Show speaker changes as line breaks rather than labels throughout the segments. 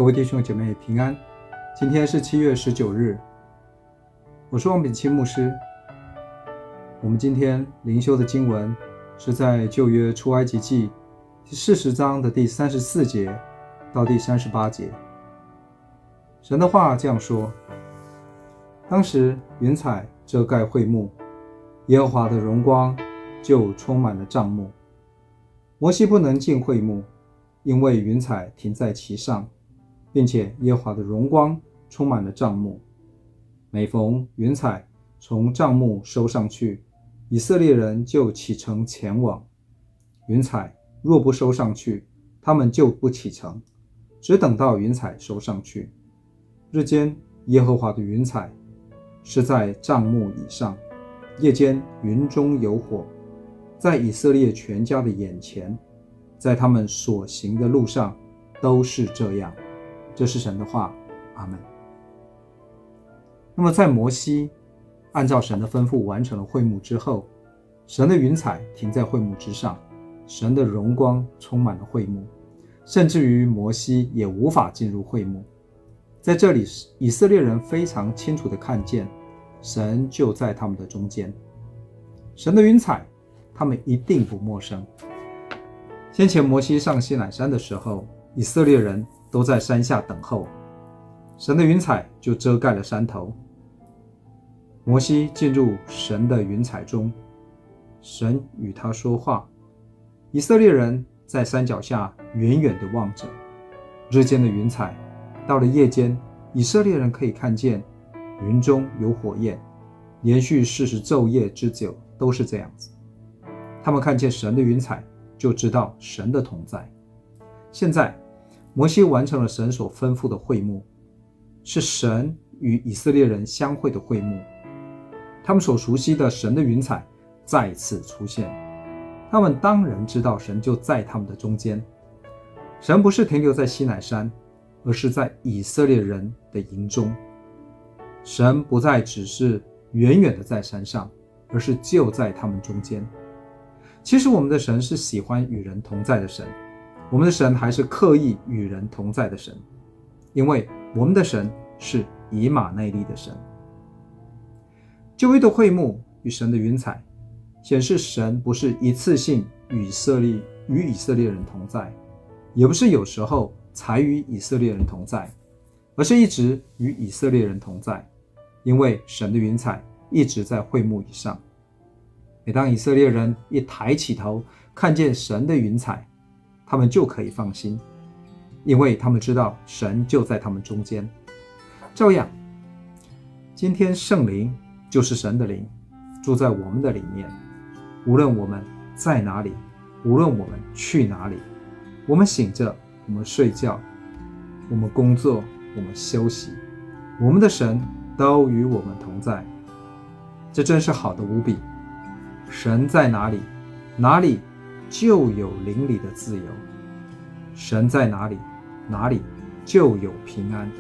位弟兄姐妹平安，今天是7月19日，我是王炳清牧师。我们今天灵修的经文是在旧约出埃及记第40章的第34节到第38节。神的话这样说：当时云彩遮盖会幕，耶和华的荣光就充满了帐幕。摩西不能进会幕，因为云彩停在其上，并且耶和华的荣光充满了帐幕。每逢云彩从帐幕收上去，以色列人就启程前往。云彩若不收上去，他们就不启程，只等到云彩收上去。日间耶和华的云彩是在帐幕以上，夜间云中有火，在以色列全家的眼前，在他们所行的路上都是这样。这是神的话，阿们。那么在摩西按照神的吩咐完成了会幕之后，神的云彩停在会幕之上，神的荣光充满了会幕，甚至于摩西也无法进入会幕。在这里，以色列人非常清楚地看见神就在他们的中间。神的云彩他们一定不陌生。先前摩西上西乃山的时候，以色列人都在山下等候，神的云彩就遮盖了山头。摩西进入神的云彩中，神与他说话，以色列人在山脚下远远地望着。日间的云彩到了夜间，以色列人可以看见云中有火焰，连续40昼夜之久都是这样子。他们看见神的云彩，就知道神的同在。现在摩西完成了神所吩咐的会幕，是神与以色列人相会的会幕。他们所熟悉的神的云彩再次出现，他们当然知道神就在他们的中间。神不是停留在西乃山，而是在以色列人的营中。神不再只是远远的在山上，而是就在他们中间。其实我们的神是喜欢与人同在的神，我们的神还是刻意与人同在的神，因为我们的神是以马内利的神。旧约的会幕与神的云彩显示神不是一次性与以色列人同在，也不是有时候才与以色列人同在，而是一直与以色列人同在，因为神的云彩一直在会幕以上。每当以色列人一抬起头看见神的云彩，他们就可以放心，因为他们知道神就在他们中间。照样，今天圣灵就是神的灵，住在我们的里面。无论我们在哪里，无论我们去哪里，我们醒着，我们睡觉，我们工作，我们休息，我们的神都与我们同在。这真是好的无比。神在哪里，哪里就有灵里的自由；神在哪里，哪里就有平安。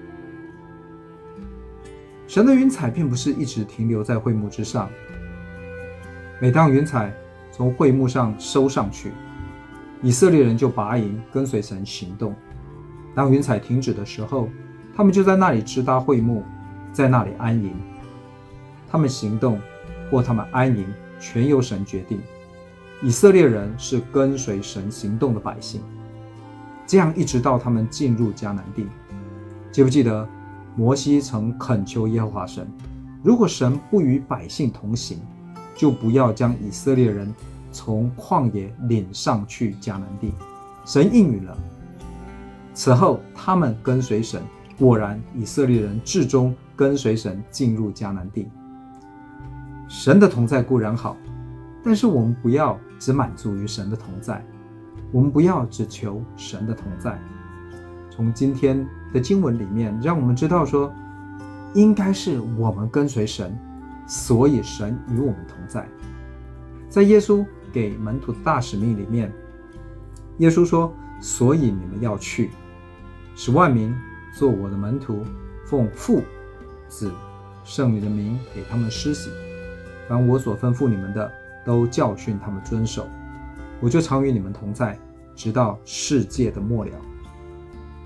神的云彩并不是一直停留在会幕之上，每当云彩从会幕上收上去，以色列人就拔营跟随神行动。当云彩停止的时候，他们就在那里支搭会幕，在那里安营。他们行动或他们安营全由神决定。以色列人是跟随神行动的百姓，这样一直到他们进入迦南地。记不记得摩西曾恳求耶和华神，如果神不与百姓同行，就不要将以色列人从旷野领上去迦南地。神应允了。此后他们跟随神，果然以色列人至终跟随神进入迦南地。神的同在固然好，但是我们不要只满足于神的同在，我们不要只求神的同在。从今天的经文里面，让我们知道说，应该是我们跟随神，所以神与我们同在。在耶稣给门徒的大使命里面，耶稣说，所以你们要去，使万民做我的门徒，奉父、子、圣灵的名给他们施洗，凡我所吩咐你们的，都教训他们遵守。我就常与你们同在，直到世界的末了。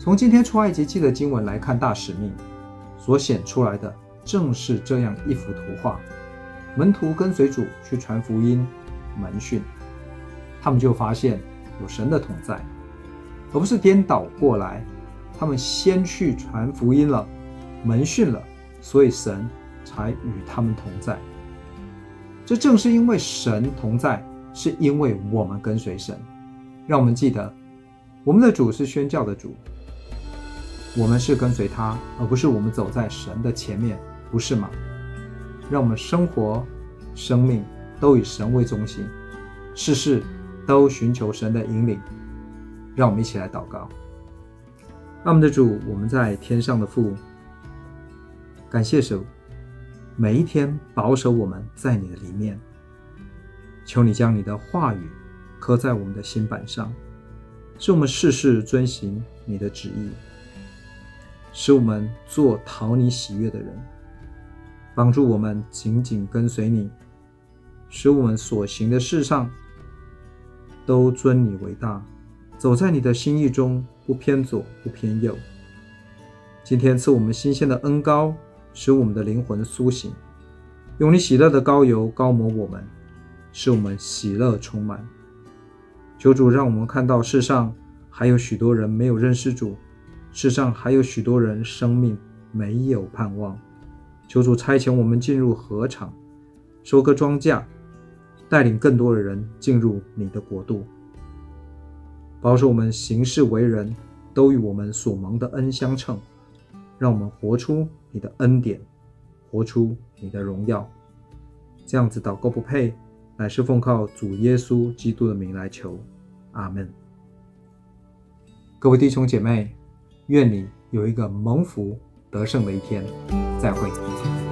从今天出埃及记的经文来看，大使命所显出来的正是这样一幅图画。门徒跟随主去传福音门训，他们就发现有神的同在，而不是颠倒过来，他们先去传福音了，门训了，所以神才与他们同在。这正是因为神同在，是因为我们跟随神。让我们记得，我们的主是宣教的主，我们是跟随他，而不是我们走在神的前面，不是吗？让我们生活生命都以神为中心，事事都寻求神的引领。让我们一起来祷告。爱我们的主，我们在天上的父，感谢主每一天保守我们在你的里面，求你将你的话语刻在我们的心板上，使我们事事遵行你的旨意，使我们做讨你喜悦的人，帮助我们紧紧跟随你，使我们所行的事上都尊你为大，走在你的心意中，不偏左不偏右。今天赐我们新鲜的恩膏，使我们的灵魂苏醒，用你喜乐的膏油膏抹我们，使我们喜乐充满。求主让我们看到世上还有许多人没有认识主，世上还有许多人生命没有盼望。求主差遣我们进入禾场，收割庄稼，带领更多的人进入你的国度。保守我们行事为人都与我们所蒙的恩相称，让我们活出你的恩典，活出你的荣耀。这样子祷告不配，乃是奉靠主耶稣基督的名来求，阿们。各位弟兄姐妹，愿你有一个蒙福得胜的一天，再会。